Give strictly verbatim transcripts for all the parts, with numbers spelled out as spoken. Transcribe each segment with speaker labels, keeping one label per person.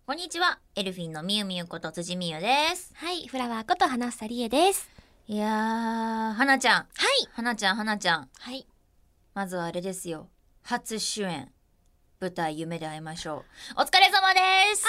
Speaker 1: こんにちは、エルフィンのみゆみゆこと辻みゆです。
Speaker 2: はい、フラワーこと花房理恵です。
Speaker 1: いやー、花ちゃん。
Speaker 2: はい。
Speaker 1: 花ちゃん、花ちゃん。
Speaker 2: はい。
Speaker 1: まずはあれですよ。初主演。舞台夢で会いましょう。お疲れ様です。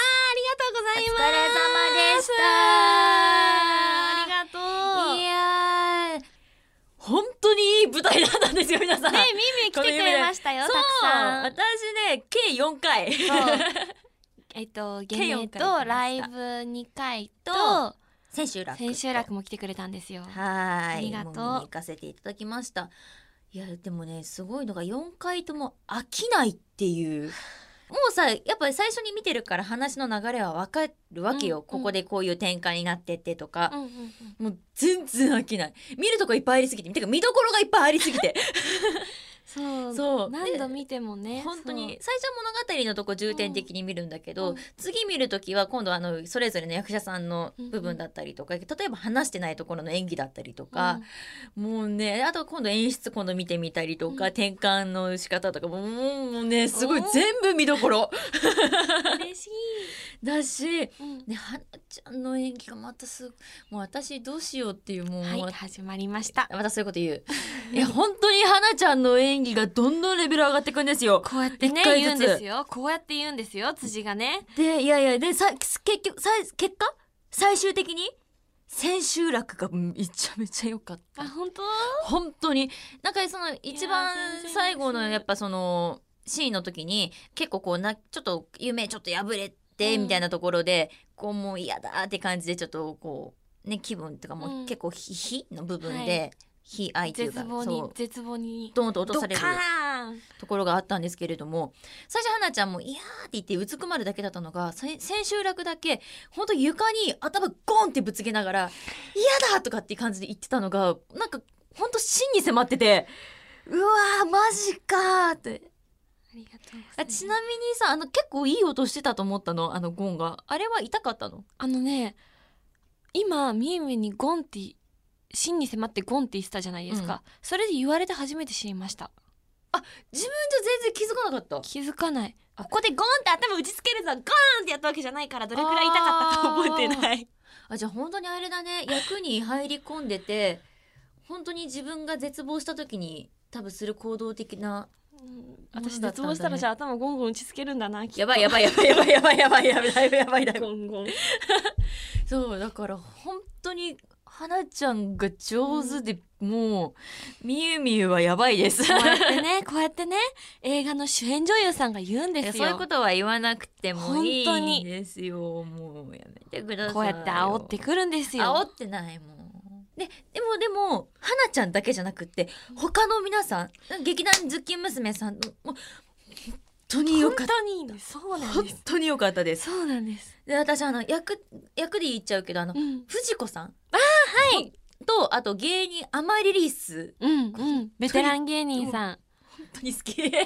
Speaker 2: あー、ありがとうございます。
Speaker 1: お疲れ様でした。
Speaker 2: ありがとう。
Speaker 1: いやー、本当にいい舞台だったんですよ、皆さん。
Speaker 2: ね、みゆみゆ来てくれましたよ、たくさん。
Speaker 1: 私ね、計よんかい。そう。
Speaker 2: えっと、ゲネとライブにかいと
Speaker 1: 千秋楽
Speaker 2: 千秋楽も来てくれたんですよ。
Speaker 1: はい、
Speaker 2: ありがとう。
Speaker 1: もう見に行かせていただきました。いやでもね、すごいのがよんかいとも飽きないっていう。もうさ、やっぱり最初に見てるから話の流れは分かるわけよ、うんうん、ここでこういう展開になってってとか、うんうんうん、もう全然飽きない。見るとこいっぱいありすぎて、てか見どころがいっぱいありすぎて
Speaker 2: そう
Speaker 1: そう
Speaker 2: 何度見てもね、
Speaker 1: 本当に最初は物語のとこ重点的に見るんだけど、うん、次見るときは今度あのそれぞれの役者さんの部分だったりとか、うんうん、例えば話してないところの演技だったりとか、うん、もうね、あと今度演出今度見てみたりとか、うん、転換の仕方とかももうねすごい全部見どころ
Speaker 2: 嬉しい
Speaker 1: だし、うん、ね、花ちゃんの演技がまたすもう私どうしようっていう、もう、
Speaker 2: はい、始まりました。
Speaker 1: またそういうこと言ういや本当に花ちゃんの演技がどんどんレベル上がっていくんですよ。
Speaker 2: こうやってね言うんですよ。こうやって言うんですよ、辻がね。
Speaker 1: で、いやいやでさ結局さ結果最終的に千秋楽がめちゃめちゃ良かった。
Speaker 2: あ、本当？
Speaker 1: 本当になんかその一番最後のやっぱそのシーンの時に結構こうなちょっと夢ちょっと破れてみたいなところで、うん、こうもう嫌だって感じでちょっとこうね気分とかも結構火の部分で、はい、非愛というか
Speaker 2: 絶望に絶望に
Speaker 1: ドーンと落とされるところがあったんですけれども、最初花ちゃんもいやーって言ってうずくまるだけだったのが、千秋楽だけほんと床に頭ゴンってぶつけながら嫌だとかっていう感じで言ってたのがなんかほんと真に迫ってて、うわーマジかーって。
Speaker 2: ありがとうございます。
Speaker 1: ちなみにさ、あの結構いい音してたと思ったの、あのゴンが。あれは痛かったの？
Speaker 2: あのね、今みゆみゆにゴンって真に迫ってゴンって言ってたじゃないですか、うん、それで言われて初めて知りました。
Speaker 1: あ、自分じゃ全然気づかなかった。
Speaker 2: 気づかない。ここでゴンって頭打ちつけるぞ、ゴーンってやったわけじゃないから、どれくらい痛かったか覚えてない。
Speaker 1: あ、じゃあ本当にあれだね、役に入り込んでて本当に自分が絶望した時に多分する行動的な、
Speaker 2: うん、私絶望したらじゃあ頭ゴンゴン打ちつけるんだな。
Speaker 1: やばいやばいやばいやばいやばいやばいやばいだいぶやばいだいぶ
Speaker 2: ゴンゴン
Speaker 1: そうだから本当に花ちゃんが上手で、うん、もうみゆみゆはやばいです。
Speaker 2: こうやってねこうやってね映画の主演女優さんが言うんですよ。
Speaker 1: そういうことは言わなくてもいいんですよ。もうやめてください。
Speaker 2: こうやって煽ってくるんですよ。
Speaker 1: 煽ってないもん。ででもでも花ちゃんだけじゃなくって他の皆さん、劇団ズッキン娘さんもう本当に良かった。
Speaker 2: 本当にいいの。そうなんです。
Speaker 1: 本当に良かったです。
Speaker 2: そうなんです。
Speaker 1: で私あの役役で言っちゃうけどあの、うん、藤子さん、
Speaker 2: あーはい
Speaker 1: とあと芸人アマリリース、
Speaker 2: うんうん、ベテラン芸人さん
Speaker 1: 本当に好き。
Speaker 2: ね、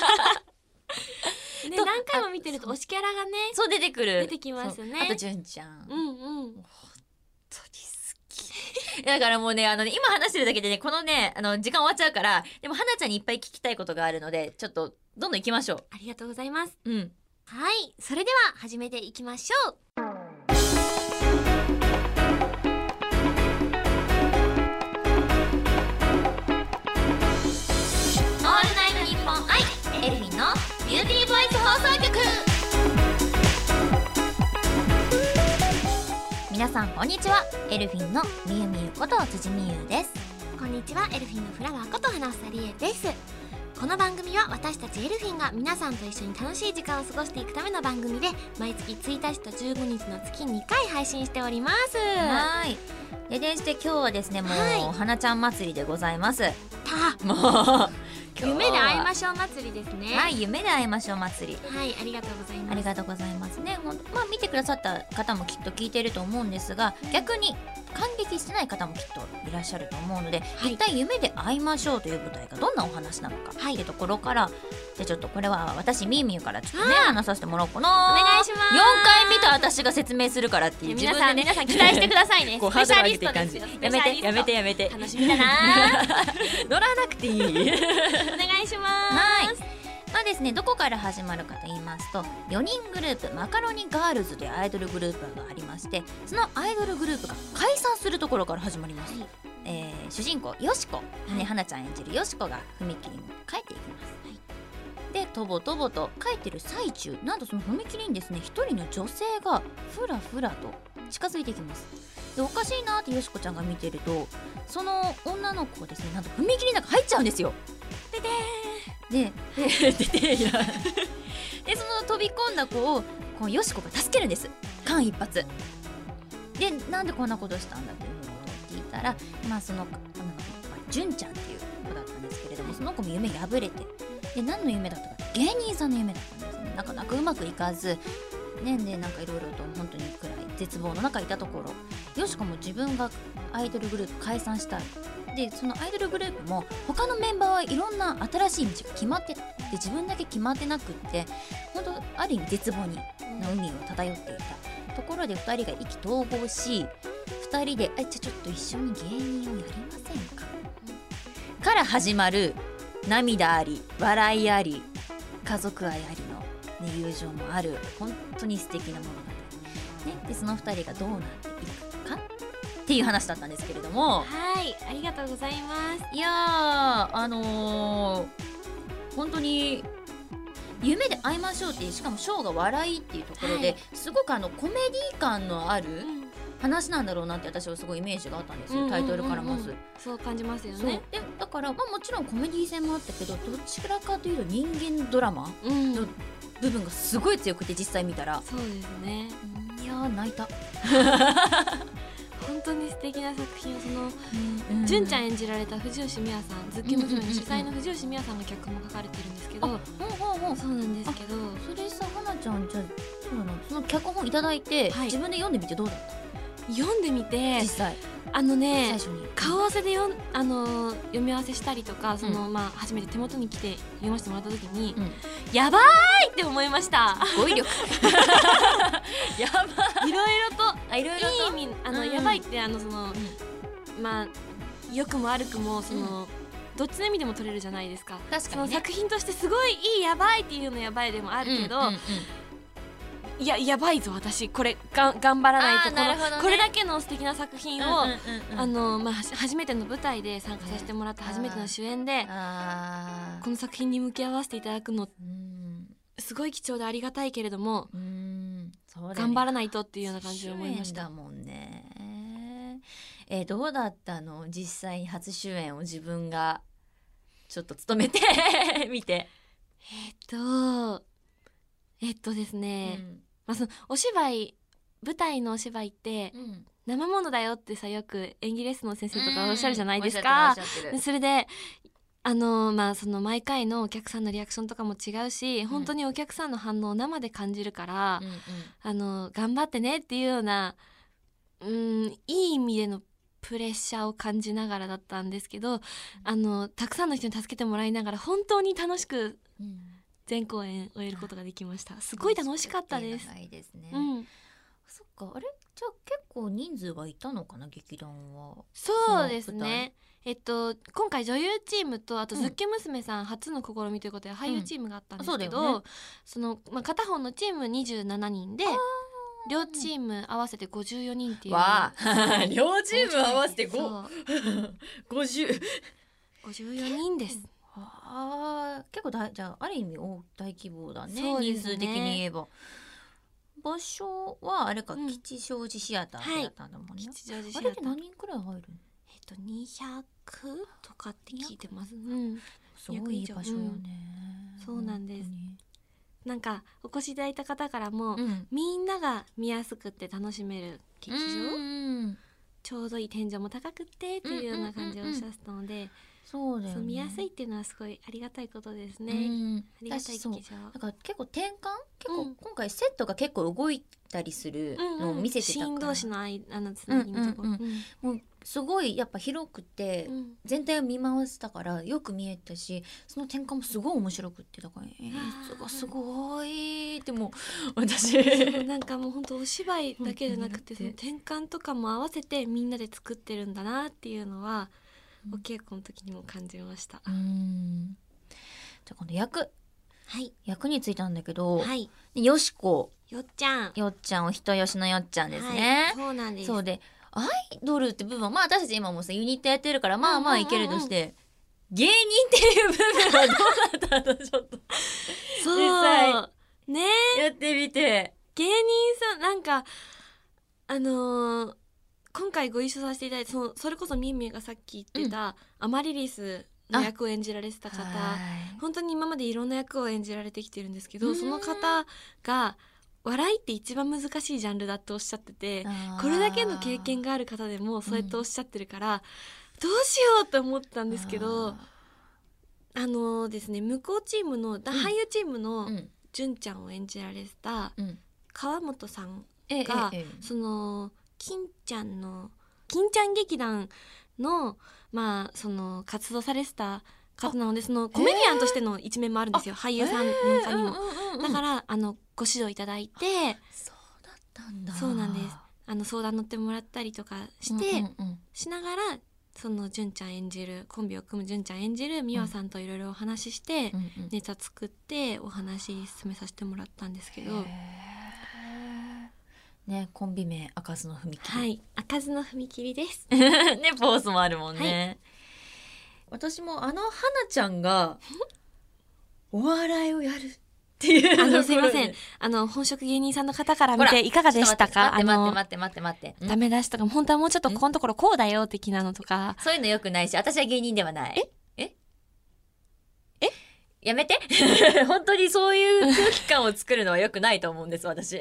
Speaker 2: 何回も見てると推しキャラがね
Speaker 1: そう出てくる
Speaker 2: 出てきますね。
Speaker 1: あと純ちゃん、
Speaker 2: うんうん、本当に好
Speaker 1: き。だからもうねあのね今話してるだけでねこのねあの時間終わっちゃうから、でも花ちゃんにいっぱい聞きたいことがあるのでちょっとどんどん行きましょう。
Speaker 2: ありがとうございます。
Speaker 1: うん、
Speaker 2: はい、それでは始めていきましょう。
Speaker 1: エルフィンのビューティーボイス放送局。皆さんこんにちは、エルフィンのみゆみゆこと辻みゆです。
Speaker 2: こんにちは、エルフィンのフラワーこと花房理恵です。この番組は私たちエルフィンが皆さんと一緒に楽しい時間を過ごしていくための番組で、毎月ついたちとじゅうごにちの月にかい配信しております。
Speaker 1: はい。ででして今日はですねもう、はい、花ちゃん祭りでございます。
Speaker 2: た
Speaker 1: もう
Speaker 2: 夢で会いましょう祭りですね。
Speaker 1: はい、夢で会いましょう祭り。
Speaker 2: はい、ありがとうございます。
Speaker 1: ありがとうございますね。ほんまあ見てくださった方もきっと聞いてると思うんですが、逆に感激してない方もきっといらっしゃると思うので、はい、一体夢で会いましょうという舞台がどんなお話なのか、はい、っていうところから、じゃあちょっとこれは私みゆみゆからちょっとね話させてもらおうかな。
Speaker 2: お願いします。
Speaker 1: よんかい見た私が説明するからっていう自分でね、
Speaker 2: 皆さん期待してくださいね。
Speaker 1: こうハードル上げていく感じ。やめてやめてやめて。
Speaker 2: 楽しみだな。
Speaker 1: 乗らなくていい。
Speaker 2: お願いします。
Speaker 1: はい。まあですねどこから始まるかと言いますと、よにんグループマカロニガールズというアイドルグループがありまして、そのアイドルグループが解散するところから始まります。えー、主人公よしこ、ね、花ちゃん演じるよしこが踏切に帰っていきます、はい、でとぼとぼと帰ってる最中、なんとその踏切にですね一人の女性がふらふらと近づいていきます。でおかしいなってよしこちゃんが見てると、その女の子がですねなんと踏切の中入っちゃうんですよ。ででーでででででその飛び込んだ子をこのよしこが助けるんです、間一髪で。なんでこんなことしたんだっていうのを聞いたら、まあその女の子は純ちゃんっていう子だったんですけれども、その子も夢破れて、で何の夢だったか、芸人さんの夢だったんですね。なかなかうまくいかずね、でなんかいろいろと本当にくらい絶望の中いたところ、よしこも自分がアイドルグループ解散したで、そのアイドルグループも他のメンバーはいろんな新しい道が決まってた。で自分だけ決まってなくって、本当ある意味絶望にの海を漂っていたところでふたりが意気投合し、ふたりであじゃあちょっと一緒に芸人をやりませんか、うん、から始まる涙あり笑いあり家族愛ありの、ね、友情もある本当に素敵な物語、ね、でそのふたりがどうなっていくかっていう話だったんですけれども、
Speaker 2: はい、ありがとうございます。
Speaker 1: いやーあのー、本当に夢で会いましょうっていう、しかもショーが笑いっていうところで、はい、すごくあのコメディ感のある話なんだろうなって私はすごいイメージがあったんですよ、タイトルからまず、うんうんうんうん、
Speaker 2: そう感じますよね。
Speaker 1: でだから、まあ、もちろんコメディ性もあったけど、どちらかというと人間ドラマの部分がすごい強くて、実際見たら
Speaker 2: そうですね、
Speaker 1: いやー泣いた
Speaker 2: 本当に素敵な作品を、その純、うん、ちゃん演じられた藤吉美也さん、ズッキュン娘の主催の藤吉美也さんが脚本も書かれてるんですけど、そうなんですけど、
Speaker 1: それさ花ちゃんじゃそうなの、その脚本いただいて、はい、自分で読んでみてどうだった？
Speaker 2: 読んでみて
Speaker 1: 実際
Speaker 2: あのね、最初に顔合わせでよんあの読み合わせしたりとか、その、うん、まあ初めて手元に来て読ませてもらった時に、うん、やばいって思いました。
Speaker 1: 語彙力やばい、
Speaker 2: いろいろと
Speaker 1: あいろいろと
Speaker 2: いい意味、あの、うん、やばいってあのその、うん、まあ良くも悪くもその、うん、どっちの意味でも取れるじゃないですか。
Speaker 1: 確かに、ね、
Speaker 2: その作品としてすごいいいやばいっていうのやばいでもあるけど、うんうんうん、いややばいぞ私これが頑張らないと、この、ね、これだけの素敵な作品を、うんうんうんうん、あのまあ、初めての舞台で参加させてもらった初めての主演で、あこの作品に向き合わせていただくの、うん、すごい貴重でありがたいけれども、うん、そうだね、頑張らないとっていうような感じで思いました。
Speaker 1: 主演だもんね。えー、どうだったの、実際に初主演を自分がちょっと務めてみて。
Speaker 2: えっとえっとですね、うんまあ、そのお芝居舞台のお芝居って、うん、生ものだよってさよく演技レッスンの先生とかおっしゃるじゃないですか。それであの、まあ、その毎回のお客さんのリアクションとかも違うし、うん、本当にお客さんの反応を生で感じるから、うんうん、あの頑張ってねっていうような、うん、いい意味でのプレッシャーを感じながらだったんですけど、うん、あのたくさんの人に助けてもらいながら本当に楽しく、うん全公演終えることができました。すごい楽しかったです。
Speaker 1: 長いですね、うん、そっか、あれじゃあ結構人数はいたのかな、劇団は。
Speaker 2: そうですね、えっと今回女優チームとあとズッキュン娘さん初の試みということで俳優チームがあったんですけど、うんうん そ, ね、その、まあ、片方のチームにじゅうななにんで両チーム合わせてごじゅうよにんっていう
Speaker 1: わあ両チーム合わせてごじゅう
Speaker 2: ごじゅうよにんです。
Speaker 1: あ結構だじゃあある意味大規模だ ね, ね人数的に言えば。場所はあれか、うん、吉祥寺シアターだったんだもんね、はい、吉祥寺シアター。あれって何人くらい入るの？
Speaker 2: えっとにひゃくとかって聞いてます、うん、
Speaker 1: すごいいい場所よね、
Speaker 2: うん、そうなんです。なんかお越しいただいた方からも、うん、みんなが見やすくて楽しめる劇場、うん、ちょうどいい天井も高くてっていうような感じをおっしゃったので、うんうんうんうんそうだよね、そう見やすいっていうのはすごいありがたいことですね、うん、ありがたい劇場。
Speaker 1: だから結構転換結構、うん、今回セットが結構動いたりするのを見せてたから、うんうん、
Speaker 2: シーン同士のあのつなぎのところ、うんうん
Speaker 1: うん、もうすごいやっぱ広くて、うん、全体を見回せたからよく見えたし、その転換もすごい面白くって、だから演出がすごいってもう私
Speaker 2: なんかもう本当お芝居だけじゃなくてその転換とかも合わせてみんなで作ってるんだなっていうのはお稽古の時にも感じました。
Speaker 1: うんじゃあ今度役
Speaker 2: はい
Speaker 1: 役に就いたんだけど、
Speaker 2: はい
Speaker 1: でよしこ
Speaker 2: よっちゃん
Speaker 1: よっちゃんお人よしのよっちゃんですね、
Speaker 2: はい、そうなんです。
Speaker 1: そうでアイドルって部分はまあ私たち今もさユニットやってるからまあまあいけるとして、芸人っていう部分はどうだったのちょっと
Speaker 2: そう
Speaker 1: 実際
Speaker 2: ね
Speaker 1: やってみて。
Speaker 2: 芸人さんなんかあのー今回ご一緒させていただいて、そのそれこそみゆみゆがさっき言ってた、アマリリスの役を演じられてた方、
Speaker 1: はい
Speaker 2: 本当に今までいろんな役を演じられてきてるんですけど、
Speaker 1: うん
Speaker 2: その方が笑いって一番難しいジャンルだっておっしゃってて、
Speaker 1: あー
Speaker 2: これだけの経験がある方でもそうやっておっしゃってるから、どうしようと思ったんですけど、
Speaker 1: あ
Speaker 2: あのーですね向こうチームの、だ俳優チーム
Speaker 1: ー
Speaker 2: の
Speaker 1: うん
Speaker 2: 純ちゃんを演じられてた
Speaker 1: うん
Speaker 2: 川本さん
Speaker 1: ええ
Speaker 2: が、
Speaker 1: ええ
Speaker 2: その金ちゃんの金ちゃん劇団のまあその活動されてた方なので、そのコメディアンとしての一面もあるんですよ、俳優さんの他にも、
Speaker 1: うんうんうんうん
Speaker 2: だからあのご指導いただいて、
Speaker 1: そうだったんだ。
Speaker 2: そうなんです、あの相談乗ってもらったりとかして、
Speaker 1: うんうんうん
Speaker 2: しながらその純ちゃん演じるコンビを組む純ちゃん演じる美和さんといろいろお話しして、
Speaker 1: うんうん
Speaker 2: ネタ作ってお話進めさせてもらったんですけど、
Speaker 1: へーねコンビ名開かずの踏切
Speaker 2: はい開かずの踏切です
Speaker 1: ねポーズもあるもんね、私もあの花ちゃんがお笑いをやるっていう
Speaker 2: あのすいません
Speaker 1: とこ
Speaker 2: あの本職芸人さんの方から
Speaker 1: ろで
Speaker 2: 見ていかがでしたか？
Speaker 1: ちょっと
Speaker 2: あの
Speaker 1: 待って待って待って待って待って
Speaker 2: ダメ出しとか本当はもうちょっとここのところこうだよ的なのとか、
Speaker 1: そういうのよくないし私は芸人ではないええ
Speaker 2: え
Speaker 1: やめて本当にそういう空気感を作るのはよくないと思うんです私い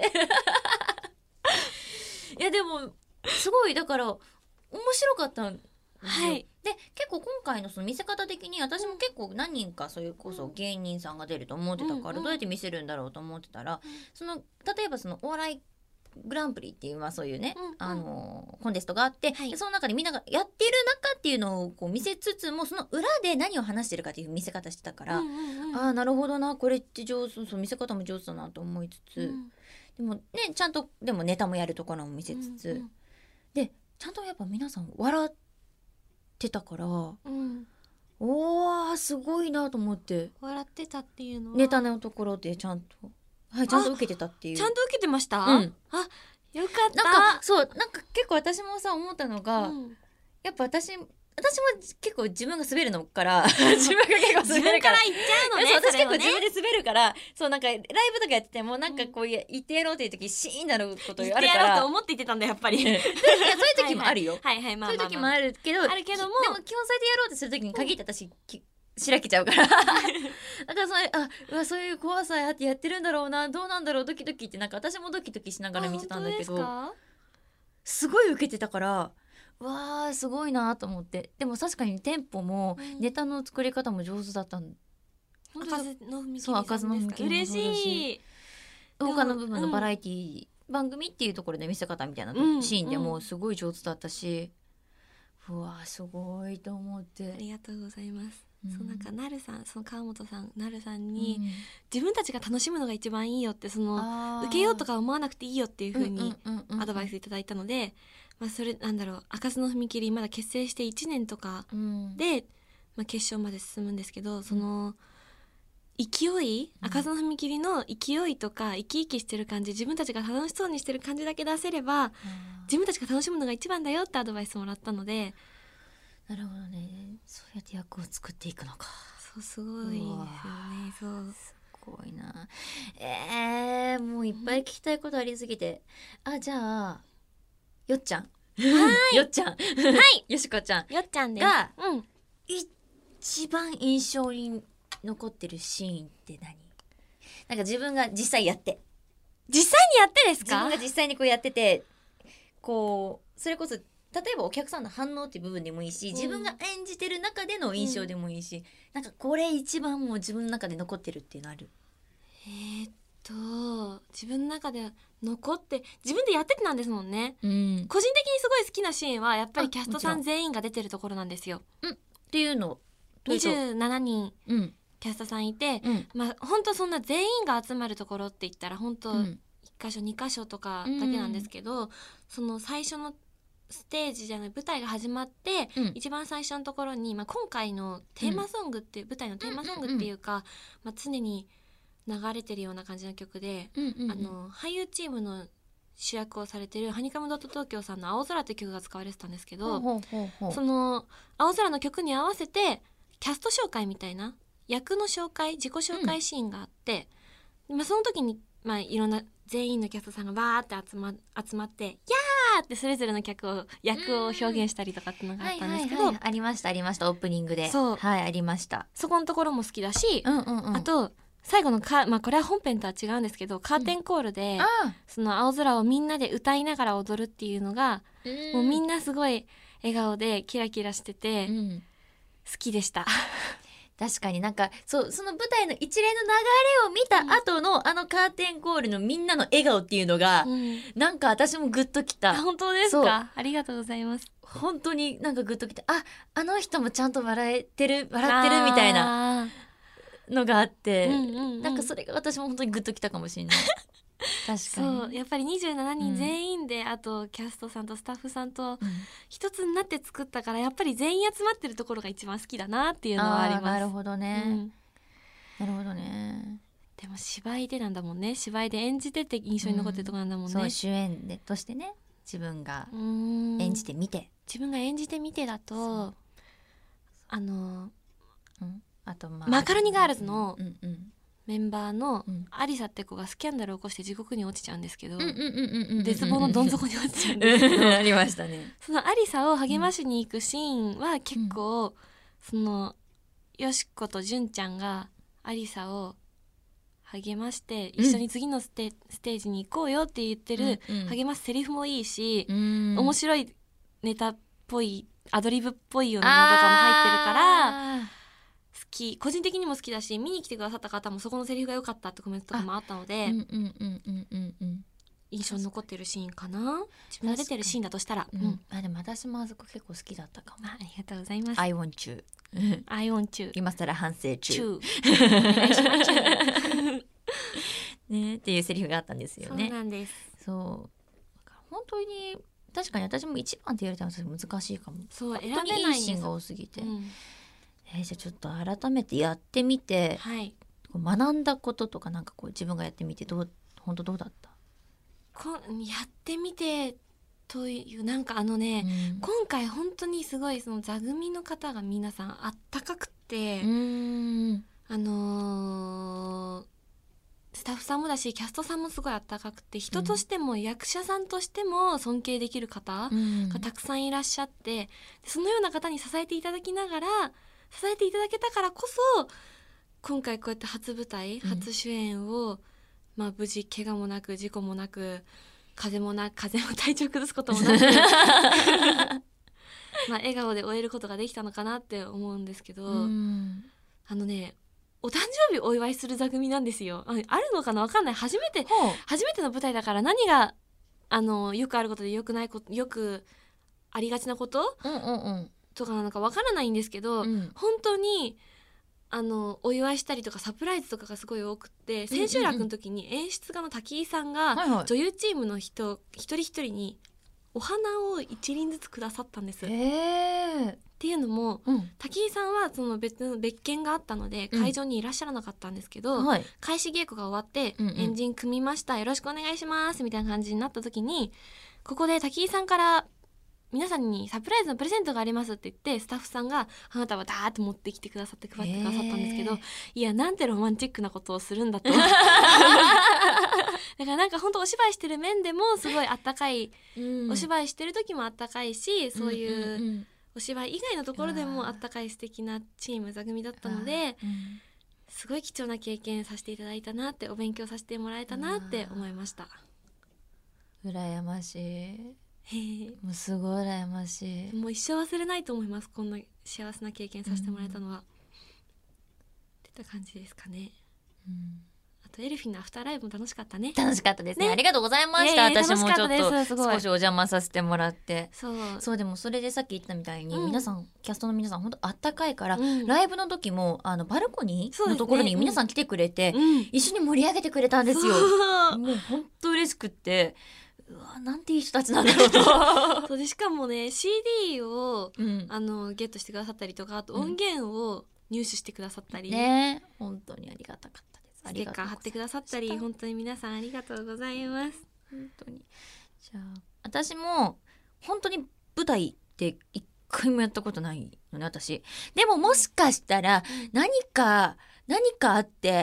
Speaker 1: やでもすごいだから面白かったんですよ。
Speaker 2: はい
Speaker 1: で結構今回のその見せ方的に私も結構何人かそれこそ芸人さんが出ると思ってたから、
Speaker 2: うんうん
Speaker 1: どうやって見せるんだろうと思ってたら、その例えばそのお笑いグランプリっていう、まあ、そういうね、
Speaker 2: うんうん
Speaker 1: あのコンテストがあって、
Speaker 2: はい
Speaker 1: でその中でみんながやってる中っていうのをこう見せつつもその裏で何を話してるかっていう見せ方してたから、
Speaker 2: うんうんうん
Speaker 1: ああなるほどなこれって上手そう見せ方も上手だなと思いつつ、
Speaker 2: うん
Speaker 1: でもねちゃんとでもネタもやるところも見せつつ、
Speaker 2: うんうん
Speaker 1: でちゃんとやっぱ皆さん笑ってたから
Speaker 2: うん
Speaker 1: おーすごいなと思って
Speaker 2: 笑ってたっていうのは
Speaker 1: ネタのところでちゃんとはいちゃんと受けてたっていう
Speaker 2: ちゃんと受けてました、
Speaker 1: うん
Speaker 2: あよかった
Speaker 1: なんかそうなんか結構私もさ思ったのが、
Speaker 2: うん
Speaker 1: やっぱ私私も結構自分が滑るのから自分が結構
Speaker 2: 自
Speaker 1: 滑るから
Speaker 2: 分から言っちゃうのね
Speaker 1: いやそう私結構
Speaker 2: それをね
Speaker 1: 自分で滑るからそうなんかライブとかやっててもなんかこう言ってやろうっていう時シーンなることあるから
Speaker 2: 言ってやろうと思って言ってたんだやっぱり
Speaker 1: いやそういう時もあるよ
Speaker 2: はいはいまあ
Speaker 1: そういう時も
Speaker 2: る
Speaker 1: あるけど
Speaker 2: あるけども
Speaker 1: でも基本それでやろうとする時に限って私、きしらけちゃうからだからそれあうわそういう怖さあってやってるんだろうなどうなんだろうドキドキってなんか私もドキドキしながら見てたんだけどすごい受けてたからわーすごいなと思って。でも確かにテンポも
Speaker 2: うん
Speaker 1: ネタの作り方も上手だったん
Speaker 2: 開かずの踏切
Speaker 1: そう開かずの踏切も
Speaker 2: 嬉
Speaker 1: そうだし
Speaker 2: しい
Speaker 1: 他の部分のバラエティ番組っていうところで見せ方みたいなと
Speaker 2: うん
Speaker 1: シーンでもすごい上手だったし、うわーすごいと思って
Speaker 2: ありがとうございます、
Speaker 1: うん
Speaker 2: そうなんかなるさんその川本さんなるさんに、自分たちが楽しむのが一番いいよってその受けようとか思わなくていいよっていう風にアドバイスいただいたので、まあ、それなんだろう開かずの踏切まだ結成していちねんとか
Speaker 1: で、
Speaker 2: で、まあ、決勝まで進むんですけどその勢い開かずの踏切の勢いとか生き生きしてる感じ自分たちが楽しそうにしてる感じだけ出せれば自分たちが楽しむのが一番だよってアドバイスもらったので
Speaker 1: なるほどねそうやって役を作っていくのか
Speaker 2: そうすごいですよねそう
Speaker 1: すごいなえー、もういっぱい聞きたいことありすぎてあじゃあよっちゃんよっちゃんはいよしこちゃん
Speaker 2: よっちゃんです
Speaker 1: が
Speaker 2: うん
Speaker 1: 一番印象に残ってるシーンって何なんか自分が実際やって
Speaker 2: 実際にやってですか
Speaker 1: 自分が実際にこうやっててこうそれこそ例えばお客さんの反応っていう部分でもいいし、
Speaker 2: うん
Speaker 1: 自分が演じてる中での印象でもいいし、うん、なんかこれ一番もう自分の中で残ってるっていうのある
Speaker 2: えー、っと自分の中で残って自分でやっててなんですもんね、
Speaker 1: うん、
Speaker 2: 個人的にすごい好きなシーンはやっぱりキャストさ
Speaker 1: もちろん
Speaker 2: ん全員が出てるところなんですよ、
Speaker 1: うん、っていうの
Speaker 2: にじゅうななにん
Speaker 1: うん
Speaker 2: キャストさんいて、
Speaker 1: うん
Speaker 2: まあ本当そんな全員が集まるところって言ったら本当
Speaker 1: うん
Speaker 2: いっ箇所に箇所とかだけなんですけど、その最初のステージじゃない舞台が始まって、
Speaker 1: うん
Speaker 2: 一番最初のところに、まあ、今回のテーマソングっていう、舞台のテーマソングっていうか、まあ、常に流れてるような感じの曲で、
Speaker 1: うんうんうん、
Speaker 2: あの俳優チームの主役をされてるハニカムドット東京さんの青空って曲が使われてたんですけど、
Speaker 1: ほうほうほう、
Speaker 2: その青空の曲に合わせてキャスト紹介みたいな役の紹介自己紹介シーンがあって、うん、まあ、その時に、まあ、いろんな全員のキャストさんがバーって集ま、集まって「やー!」ってそれぞれの客を役を表現したりとかっていうのがあったんですけど、
Speaker 1: はいはいはい、ありましたありました、オープニングで。
Speaker 2: そう、
Speaker 1: はい、ありました。
Speaker 2: そこのところも好きだし、
Speaker 1: うんうんうん、
Speaker 2: あと最後のか、まあ、これは本編とは違うんですけどカーテンコールで、うん、その青空をみんなで歌いながら踊るっていうのが、うん、もうみんなすごい笑顔でキラキラしてて、うん、好きでした
Speaker 1: 確かになんかそうその舞台の一連の流れを見た後の、うん、あのカーテンコールのみんなの笑顔っていうのが、うん、なんか私もグッときた。
Speaker 2: 本当ですか？ありがとうございます。
Speaker 1: 本当になんかグッときた。あ、あの人もちゃんと笑えてる笑ってるみたいなのがあって、うんうんうん、なんかそれが私も本当にグッときたかもしれない確かに
Speaker 2: そうやっぱりにじゅうななにん全員で、うん、あとキャストさんとスタッフさんと一つになって作ったから、やっぱり全員集まってるところが一番好きだなっていうのはあります。
Speaker 1: なるほどね、うん、なるほどね。
Speaker 2: でも芝居でなんだもんね。芝居で演じてて印象に残ってるところなんだもんね、うん、
Speaker 1: そう主演でとしてね、自分が演じてみて
Speaker 2: 自分が演じてみてだとあの、
Speaker 1: うん、あとまあ
Speaker 2: マカロニガールズの、
Speaker 1: うんうん、
Speaker 2: メンバーのアリサって子がスキャンダルを起こして地獄に落ちちゃうんですけど、絶望のどん底に落ちちゃうんですけど
Speaker 1: ありましたね。
Speaker 2: そのアリサを励ましに行くシーンは結構、うん、そのよしことじゅんちゃんがアリサを励まして一緒に次のステ、うん、ステージに行こうよって言ってる、うんうん、励ますセリフもいいし、うん、面白いネタっぽいアドリブっぽいようなものとかも入ってるから好き、個人的にも好きだし、見に来てくださった方もそこのセリフが良かったってコメントとかもあったので、印象に残ってるシーンかな。自分が出てるシーンだとしたら、
Speaker 1: うんうん、あでも私もあそこ結構好きだったかも。
Speaker 2: あ, ありがとうございます。
Speaker 1: I want you
Speaker 2: I want you
Speaker 1: 今更反省中ねっていうセリフがあったんですよね。
Speaker 2: そうなんです。
Speaker 1: そう本当に確かに私も一番って言われたら難しいかも。
Speaker 2: そう選べ
Speaker 1: ないんです。いいシーンが多すぎて、うん、えー、じゃあちょっと改めてやってみて、はい、学んだこととかなんかこう自分がやってみてどう本当どうだった？
Speaker 2: こやってみてというなんかあのね、うん、今回本当にすごいその座組の方が皆さんあったかくて、うーんあのー、スタッフさんもだしキャストさんもすごいあったかくて、人としても役者さんとしても尊敬できる方がたくさんいらっしゃって、うん、そのような方に支えていただきながら支えていただけたからこそ今回こうやって初舞台、うん、初主演を、まあ、無事怪我もなく事故もなく風もな風も体調崩すこともなくまあ笑顔で終えることができたのかなって思うんですけど、うん、あのねお誕生日お祝いする座組なんですよ。 あ, あるのかなわかんない。初めて初めての舞台だから何があのよくあることでよくないことよくありがちなこと、うんうんうん、とかなのかわからないんですけど、うん、本当にあのお祝いしたりとかサプライズとかがすごい多くって千秋楽の時に演出家の滝井さんが女優チームの人一人一人にお花を一輪ずつくださったんです。っていうのも、うん、滝井さんはその 別, の別件があったので会場にいらっしゃらなかったんですけど、うんはい、開始稽古が終わって、うんうん、エンジン組みましたよろしくお願いしますみたいな感じになった時にここで滝井さんから皆さんにサプライズのプレゼントがありますって言ってスタッフさんが花束をダーッと持ってきてくださって配ってくださったんですけど、いやなんてロマンチックなことをするんだとだからなんか本当お芝居してる面でもすごいあったかい、うん、お芝居してる時もあったかいしそういうお芝居以外のところでもあったかい素敵なチーム座組だったので、うん、すごい貴重な経験させていただいたなってお勉強させてもらえたなって思いました。
Speaker 1: 羨ましい。もうすごい羨ましい。
Speaker 2: もう一生忘れないと思います。こんな幸せな経験させてもらえたのは、うん、っていった感じですかね、うん、あとエルフィンのアフターライブも楽しかったね。
Speaker 1: 楽しかったです ね, ねありがとうございました。私もちょっと少しお邪魔させてもらって。そうそうでもそれでさっき言ったみたいに、うん、皆さんキャストの皆さん本当あったかいから、うん、ライブの時もあのバルコニーのところに皆さん来てくれて、ねうん、一緒に盛り上げてくれたんですよ。もう本当嬉しくってうわなんていい人たちなんだろうと
Speaker 2: そうでしかもね シーディー を、うん、あのゲットしてくださったりとかあと音源を入手してくださったり、
Speaker 1: うん、ね本当にありがたかったです。
Speaker 2: ステッカー貼ってくださったり、本当に皆さんありがとうございます。
Speaker 1: 本当に。じゃあ私も本当に舞台って一回もやったことないのね私。でももしかしたら何か何かあって、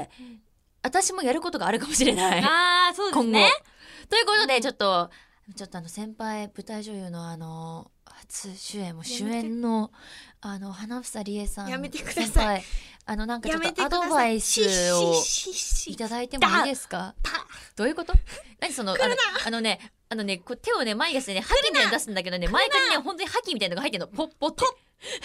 Speaker 1: うん、私もやることがあるかもしれない。
Speaker 2: あー、そうですね。
Speaker 1: 今後ということで、ちょっと、うん、ちょっとあの先輩舞台女優のあの初主演も主演のあの花房理恵さん、
Speaker 2: やめてください。
Speaker 1: あのなんかちょっとアドバイスをいただいてもいいですか？どういうこと？何そのあのあのねあのねこう手をね前足でねハキみたいに出すんだけどね、前からね本当にハキみたいなのが入ってるの、ポッポッって。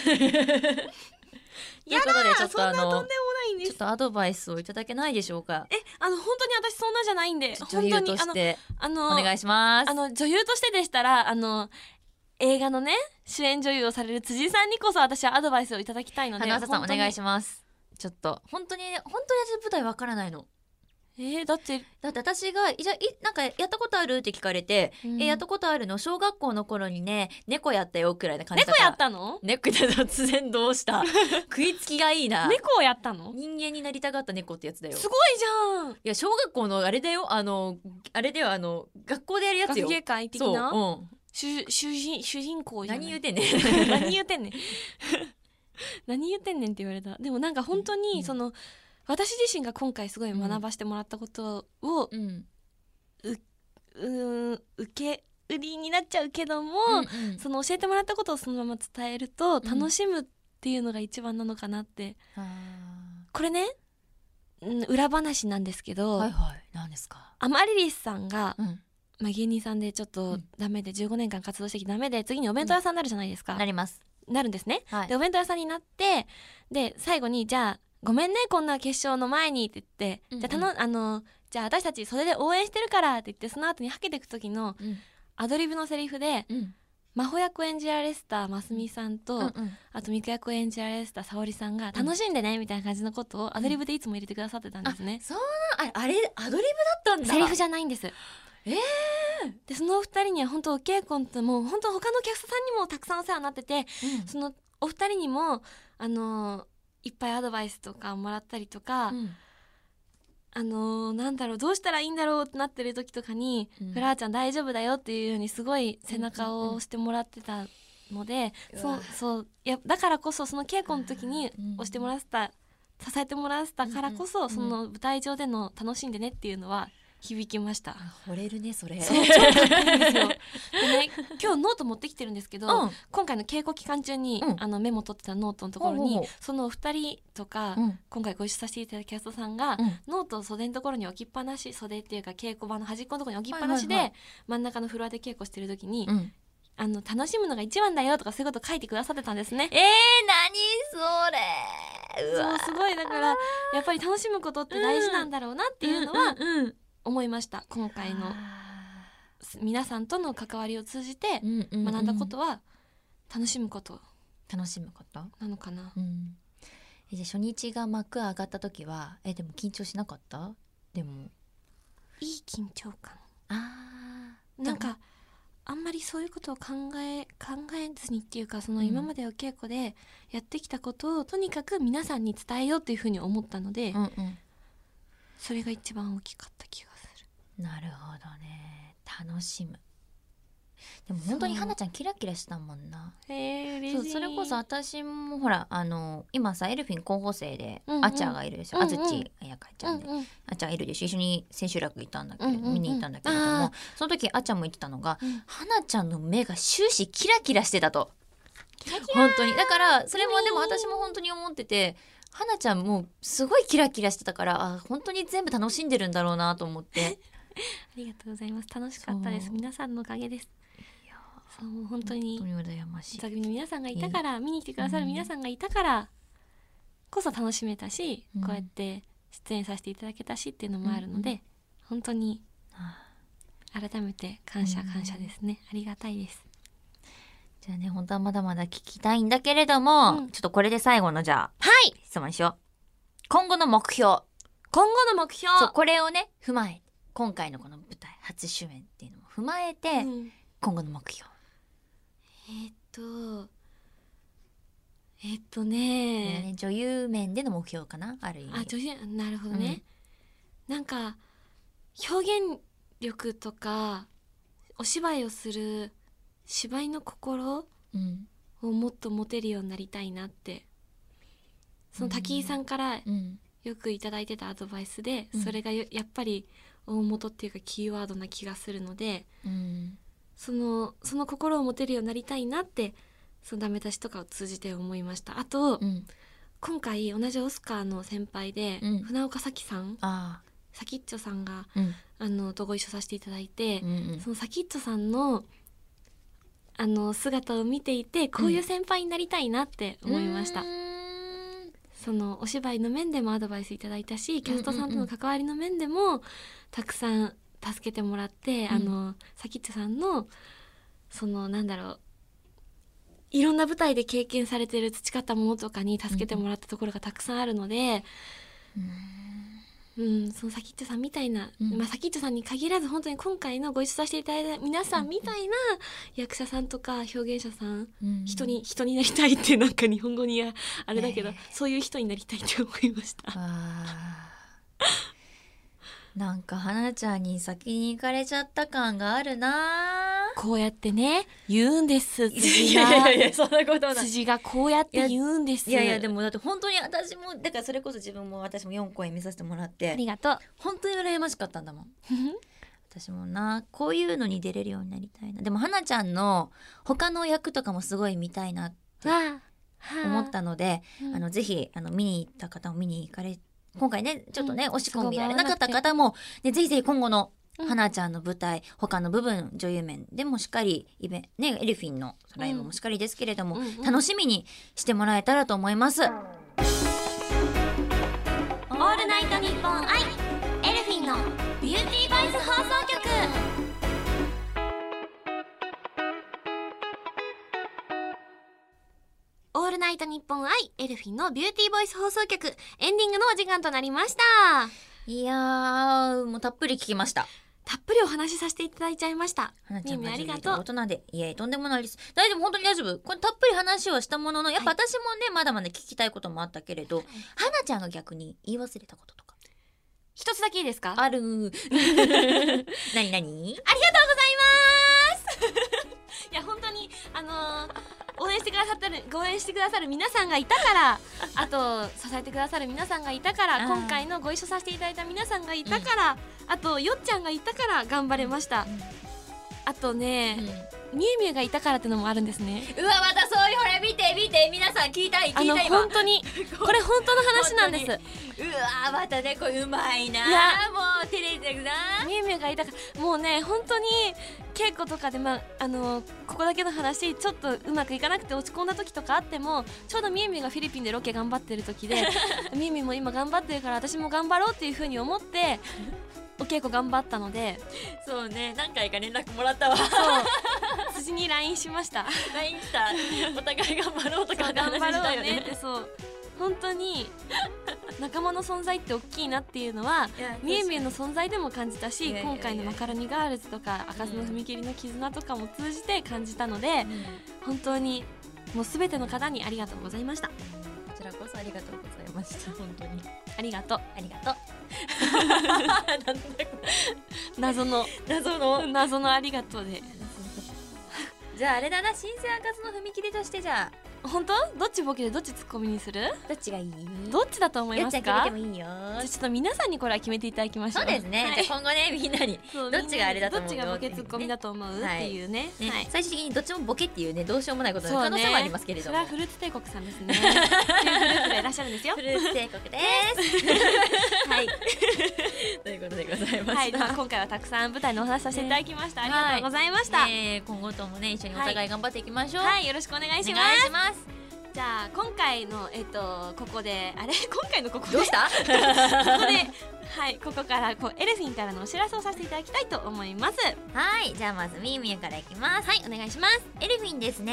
Speaker 2: やだー、そんなとんでもないんです。
Speaker 1: ちょっとアドバイスをいただけないでしょうか？
Speaker 2: え、あの本当に私そんなじゃないんで、
Speaker 1: 女優として
Speaker 2: あの
Speaker 1: お願いします。
Speaker 2: あの女優としてでしたら、あの映画のね主演女優をされる辻さんにこそ私はアドバイスをいただきたいので、
Speaker 1: 花房さんお願いします。ちょっと本当に本当に私舞台わからないの。
Speaker 2: えー、だって
Speaker 1: だって私がじゃいなんかやったことあるって聞かれて、うん、えやったことあるの小学校の頃にね猫やったよくらいな感じだから。
Speaker 2: 猫やったの？
Speaker 1: 猫って突然どうした食いつきがいいな。
Speaker 2: 猫をやったの？
Speaker 1: 人間になりたがった猫ってやつだよ。
Speaker 2: すごいじゃん。い
Speaker 1: や小学校のあれだよ、あのあれではあの学校でやるやつよ。
Speaker 2: 学芸会的な。
Speaker 1: そう、うん、
Speaker 2: 主, 主人主人公じゃない。
Speaker 1: 何言うてんねん
Speaker 2: 何言うてんねん何言ってんねんって言われた。でもなんか本当にその、うん、私自身が今回すごい学ばせてもらったことを、うん、うう受け売りになっちゃうけども、うんうん、その教えてもらったことをそのまま伝えると楽しむっていうのが一番なのかなって、うん、これね、うん、裏話なんですけど、
Speaker 1: はいはい、何ですか？
Speaker 2: アマリリスさんが、うん、まあ、芸人さんでちょっとダメでじゅうごねんかん活動してきてダメで次にお弁当屋さんになるじゃないですか、うん、
Speaker 1: なります
Speaker 2: なるんですね、
Speaker 1: はい、
Speaker 2: でお弁当屋さんになってで最後にじゃあごめんねこんな決勝の前にって言って、うんうん、じゃあたのあのじゃあ私たちそれで応援してるからって言ってその後にはけていく時のアドリブのセリフで、うん、真帆役を演じられてたますみさんと、うんうん、あと美香役を演じられてた沙織さんが楽しんでねみたいな感じのことをアドリブでいつも入れてくださってたんですね、
Speaker 1: うん、あそうなあれアドリブだったんだ。
Speaker 2: セリフじゃないんです。
Speaker 1: えー、
Speaker 2: でそのお二人には本当お稽古ともう本当他のキャストさんにもたくさんお世話になってて、うん、そのお二人にもあのー、いっぱいアドバイスとかもらったりとか、うん、あのー、なんだろうどうしたらいいんだろうってなってる時とかに、うん、フラーちゃん大丈夫だよっていうようにすごい背中を押してもらってたので、うんうんうん、そうそういやだからこそその稽古の時に押してもらってた、支えてもらってたからこそ、うんうん、その舞台上での楽しんでねっていうのは響きました。
Speaker 1: 惚れるねそれ。
Speaker 2: そう超かっこいいんですよ。でね今日ノート持ってきてるんですけど、うん、今回の稽古期間中に、うん、あのメモ取ってたノートのところに、うん、そのお二人とか、うん、今回ご一緒させていただいたキャストさんが、ノートを袖のところに置きっぱなし、袖っていうか稽古場の端っこのところに置きっぱなしで、はいはいはい、真ん中のフロアで稽古してる時に、あの楽しむのが一番だよとかそういうこと書いてくださってたんですね。
Speaker 1: えー、何それ。うわ
Speaker 2: そうすごいだからやっぱり楽しむことって大事なんだろうなっていうのは、うんうんうん思いました。今回の皆さんとの関わりを通じて学んだことは楽しむこと
Speaker 1: 楽しむこと
Speaker 2: なのかな、
Speaker 1: うん、えじゃあ初日が幕上がった時はえでも緊張しなかった？でも
Speaker 2: いい緊張感。
Speaker 1: あ
Speaker 2: なんかあんまりそういうことを考え考えずにっていうかその今までお稽古でやってきたことをとにかく皆さんに伝えようっていうふうに思ったので、うんうん、それが一番大きかった気がする。
Speaker 1: なるほどね。楽しむ。でも本当に花ちゃんキラキラしたもんな。
Speaker 2: へえ嬉しい。
Speaker 1: そうそれこそ私もほらあの今さエルフィン候補生で、うんうん、あちゃがいるでしょ、安土彩香ちゃんで、うんうん、あちゃいるでしょ。一緒に千秋楽行ったんだけど、うんうんうん、見に行ったんだけれどもその時あちゃんも言ってたのが、うん、花ちゃんの目が終始キラキラしてたと。
Speaker 2: キラキラ
Speaker 1: 本当にだからそれもでも私も本当に思ってて花ちゃんもすごいキラキラしてたからあ本当に全部楽しんでるんだろうなと思って
Speaker 2: ありがとうございます。楽しかったです。皆さんのおかげです。いやそう本当に
Speaker 1: 本当に羨ましい。
Speaker 2: 座組の皆さんがいたから、見に来てくださる皆さんがいたからこそ楽しめたし、うん、こうやって出演させていただけたしっていうのもあるので、うん、本当に改めて感謝感謝ですね、うん、ありがたいです。
Speaker 1: じゃあね本当はまだまだ聞きたいんだけれども、うん、ちょっとこれで最後のじゃあ
Speaker 2: はい
Speaker 1: 質問しよう。今後の目標
Speaker 2: 今後の目標
Speaker 1: そうこれをね踏まえて今回のこの舞台初主演っていうのも踏まえて、うん、今後の目標
Speaker 2: えー、っとえー、っとね
Speaker 1: ね女優面での目標かなある意味。
Speaker 2: あ女優なるほどね、 なんか表現力とかお芝居をする芝居の心
Speaker 1: うん
Speaker 2: をもっと持てるようになりたいなって、その滝井さんから
Speaker 1: うん
Speaker 2: よくいただいてたアドバイスで、
Speaker 1: うん
Speaker 2: それがやっぱり大元っていうかキーワードな気がするので、
Speaker 1: うん
Speaker 2: そのその心を持てるようになりたいなってそのダメ出しとかを通じて思いました。あと、
Speaker 1: うん
Speaker 2: 今回同じオスカーの先輩で、
Speaker 1: うん
Speaker 2: 船岡咲さん
Speaker 1: あ
Speaker 2: さきっちょさんが
Speaker 1: ーうん
Speaker 2: あのとご一緒させていただいて、
Speaker 1: うんうん
Speaker 2: そのさきっちょさんのあの姿を見ていて、こういう先輩になりたいなって思いました。
Speaker 1: うーん
Speaker 2: そのお芝居の面でもアドバイスいただいたし、キャストさんとの関わりの面でもたくさん助けてもらって、
Speaker 1: うん
Speaker 2: あのさきっちょさんのそのなんだろう、いろんな舞台で経験されてる培ったものとかに助けてもらったところがたくさんあるので、うん、そのさきっちょさんみたいな、
Speaker 1: うん
Speaker 2: まあ、さきっちょさんに限らず本当に今回のご一緒させていただいた皆さんみたいな役者さんとか表現者さん、
Speaker 1: うん
Speaker 2: 人に人になりたいってなんか日本語にああれだけど、
Speaker 1: えー
Speaker 2: そういう人になりたいって思いました。
Speaker 1: あーなんか花ちゃんに先に行かれちゃった感があるな
Speaker 2: こうやってね言うんです辻
Speaker 1: い
Speaker 2: が
Speaker 1: やいやいやそんなことない
Speaker 2: 辻がこうやって言うんです。
Speaker 1: いやいやでもだって本当に私もだからそれこそ自分も私もよんこえ見させてもらっ
Speaker 2: あ
Speaker 1: て
Speaker 2: りがとう。
Speaker 1: 本当に羨ましかったんだもん私もなこういうのに出れるようになりたいな。でも花ちゃんの他の役とかもすごい見たいなって
Speaker 2: わあ
Speaker 1: 思ったので、
Speaker 2: うん
Speaker 1: あのぜひあの見に行った方も見に行かれ今回ねちょっとね、
Speaker 2: うん
Speaker 1: 押し込み見られなかった方も、ね、ぜひぜひ今後の
Speaker 2: うん
Speaker 1: 花ちゃんの舞台他の部分女優面でもしっかりイベンねエルフィンのライブもしっかりですけれども、
Speaker 2: うんうん
Speaker 1: 楽しみにしてもらえたらと思います。
Speaker 2: オールナイトニッポンアイエルフィンのビューティーバイス放送局。オールナイトニッポンアイエルフィンのビューティーボイス放送局、エンディングのお時間となりました。
Speaker 1: いやーもうたっぷり聞きました。
Speaker 2: たっぷりお話しさせていただいちゃいました。
Speaker 1: 花ちゃん
Speaker 2: みゆみありが
Speaker 1: 大
Speaker 2: とう。
Speaker 1: 人でいえとんでもないです。大丈夫本当に大丈夫。これたっぷり話をしたもののやっぱ私もね、まだまだ聞きたいこともあったけれど、花ちゃんが逆に言い忘れたこととか
Speaker 2: 一つだけいいですか？
Speaker 1: ある何何
Speaker 2: ありがとうございますいや本当にあのー応援してくださってるご応援してくださる皆さんがいたからあと支えてくださる皆さんがいたから
Speaker 1: あー
Speaker 2: 今回のご一緒させていただいた皆さんがいたから、あとよっちゃんがいたから頑張れました。あとね、みゆみゆがいたからってのもあるんですね。
Speaker 1: うわまたそういうほら見て見て皆さん聞いたい
Speaker 2: あの
Speaker 1: 聞いた今
Speaker 2: 本当にこれ本当の話なんです。
Speaker 1: うわまたねこれうまいない
Speaker 2: や
Speaker 1: もう照れてるな。
Speaker 2: みゆみゆがいたからもうね本当に稽古とかで、まあ、あのここだけの話ちょっとうまくいかなくて落ち込んだ時とかあってもちょうどみゆみゆがフィリピンでロケ頑張ってる時でみゆみゆも今頑張ってるから私も頑張ろうっていう風に思ってお稽古頑張ったので
Speaker 1: そうね何回か連絡もらったわ。
Speaker 2: そう辻に ライン しました。
Speaker 1: ラインしたお互い頑張ろうとかって話
Speaker 2: 頑張ろ
Speaker 1: したよね
Speaker 2: うねって。そう本当に仲間の存在って大きいなっていうのはい
Speaker 1: や
Speaker 2: みゆみゆの存在でも感じたし
Speaker 1: いやいやいや
Speaker 2: 今回のマカロニガールズとか開かずの踏切の絆とかも通じて感じたので本当にもうすべての方にありがとうございました。
Speaker 1: こちらこそありがとうございました本当に
Speaker 2: ありがとう。
Speaker 1: ありがとう。
Speaker 2: 謎の
Speaker 1: 謎の
Speaker 2: 謎のありがとうで
Speaker 1: じゃああれだな新生開かずの踏切としてじゃあ
Speaker 2: 本当どっちボケでどっちツッコミにする？
Speaker 1: どっちがいい？
Speaker 2: どっちだと思いますか？
Speaker 1: よっちゃん決めてもいいよ。
Speaker 2: じゃあちょっと皆さんにこれは決めていただきましょう。
Speaker 1: そうですね、
Speaker 2: はい
Speaker 1: じゃあ今後ねみんなに
Speaker 2: そう
Speaker 1: どっちがあれだと思う
Speaker 2: どっちがボケツッコミだと思う、
Speaker 1: はい
Speaker 2: っていうね、
Speaker 1: ね、
Speaker 2: はい、
Speaker 1: 最終的にどっちもボケっていうねどうしようもないことの
Speaker 2: そうね
Speaker 1: 可能性もありますけれども、
Speaker 2: それはフルーツ帝国さんですねっていうグループでいらっしゃるんですよ
Speaker 1: フルーツ帝国ですはいということでございま
Speaker 2: はい、
Speaker 1: した、
Speaker 2: では今回はたくさん舞台のお話させていただきました、ありがとうございました、はい、
Speaker 1: ね、今後ともね一緒にお互い頑張っていきましょう、
Speaker 2: よろしくお願いし
Speaker 1: お願
Speaker 2: ます
Speaker 1: いします
Speaker 2: じゃあ今回のえっとここであれ今回のここで
Speaker 1: どうした
Speaker 2: ここではいここからこうエルフィンからのお知らせをさせていただきたいと思います。
Speaker 1: はいじゃあまずみゆみゆからいきます。
Speaker 2: はいお願いします。
Speaker 1: エルフィンですね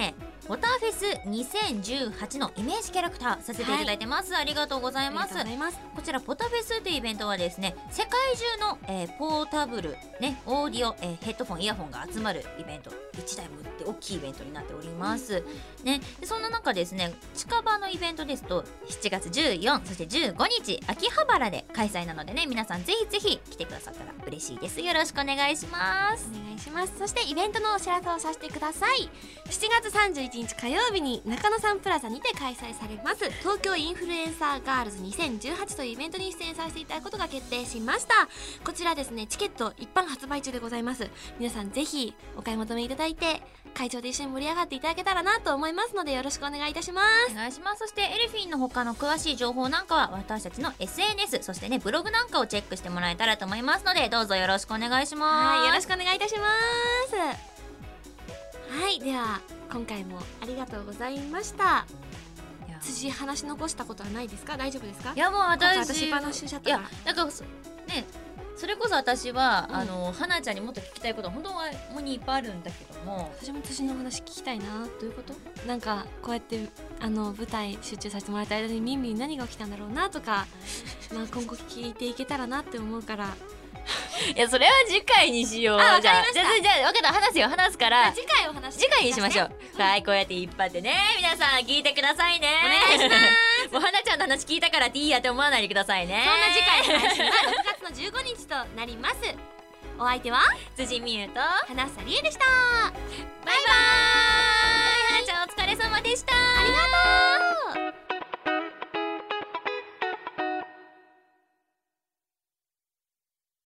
Speaker 1: ポタフェスにせんじゅうはちのイメージキャラクターさせていただいてます、はい、ありがとうございます。こちらポタフェスというイベントはですね、世界中の、えー、ポータブル、ね、オーディオ、えー、ヘッドフォンイヤホンが集まるイベント、いちだいもって大きいイベントになっております、うんね、でそんな中ですね、近場のイベントですとしちがつじゅうよっかそしてじゅうごにち秋葉原で開催なのでね、皆さんぜひぜひ来てくださったら嬉しいです。よろしくお願いします。
Speaker 2: お願いします。そしてイベントのお知らせをさせてください。しちがつさんじゅういちにち火曜日に中野サンプラザにて開催されます東京インフルエンサーガールズにせんじゅうはちというイベントに出演させていただくことが決定しました。こちらですね、チケット一般発売中でございます。皆さんぜひお買い求めいただいて会場で一緒に盛り上がっていただけたらなと思いますので、よろしくお願いいたします。
Speaker 1: お願いします。そしてエルフィンの他の詳しい情報なんかは私たちの エスエヌエス そしてねブログなんかをチェックしてもらえたらと思いますので、どうぞよろしくお願いします。
Speaker 2: はい、よろしくお願いいたします。はい、では今回もありがとうございました。辻話し残したことはないですか？大丈夫ですか？
Speaker 1: いやもう私
Speaker 2: 私話しちゃったから。いや
Speaker 1: なんかね、それこそ私は、うん、あの花ちゃんにもっと聞きたいことは本当はもにいっぱいあるんだけども、
Speaker 2: 私も辻の話聞きたいな。どういうこと？なんかこうやってあの舞台集中させてもらった間にミンミン何が起きたんだろうなとかまあ今後聞いていけたらなって思うから
Speaker 1: いやそれは次回にしよう。
Speaker 2: あ、
Speaker 1: じゃあじゃあじゃあ分かった、話すよ話すから
Speaker 2: 次回お話
Speaker 1: 次回にしましょう。はい、こうやって引っ張ってね、皆さん聞いてくださいね。
Speaker 2: お願いします
Speaker 1: もう花ちゃんの話聞いたからっていいやって思わないでくださいね。
Speaker 2: そんな次回の配信はろくがつのじゅうごにちとなります。お相手は
Speaker 1: 辻美優と
Speaker 2: 花房理恵でした。
Speaker 1: バイバーイ。花ちゃんお疲れ様でした。
Speaker 2: ありがとう。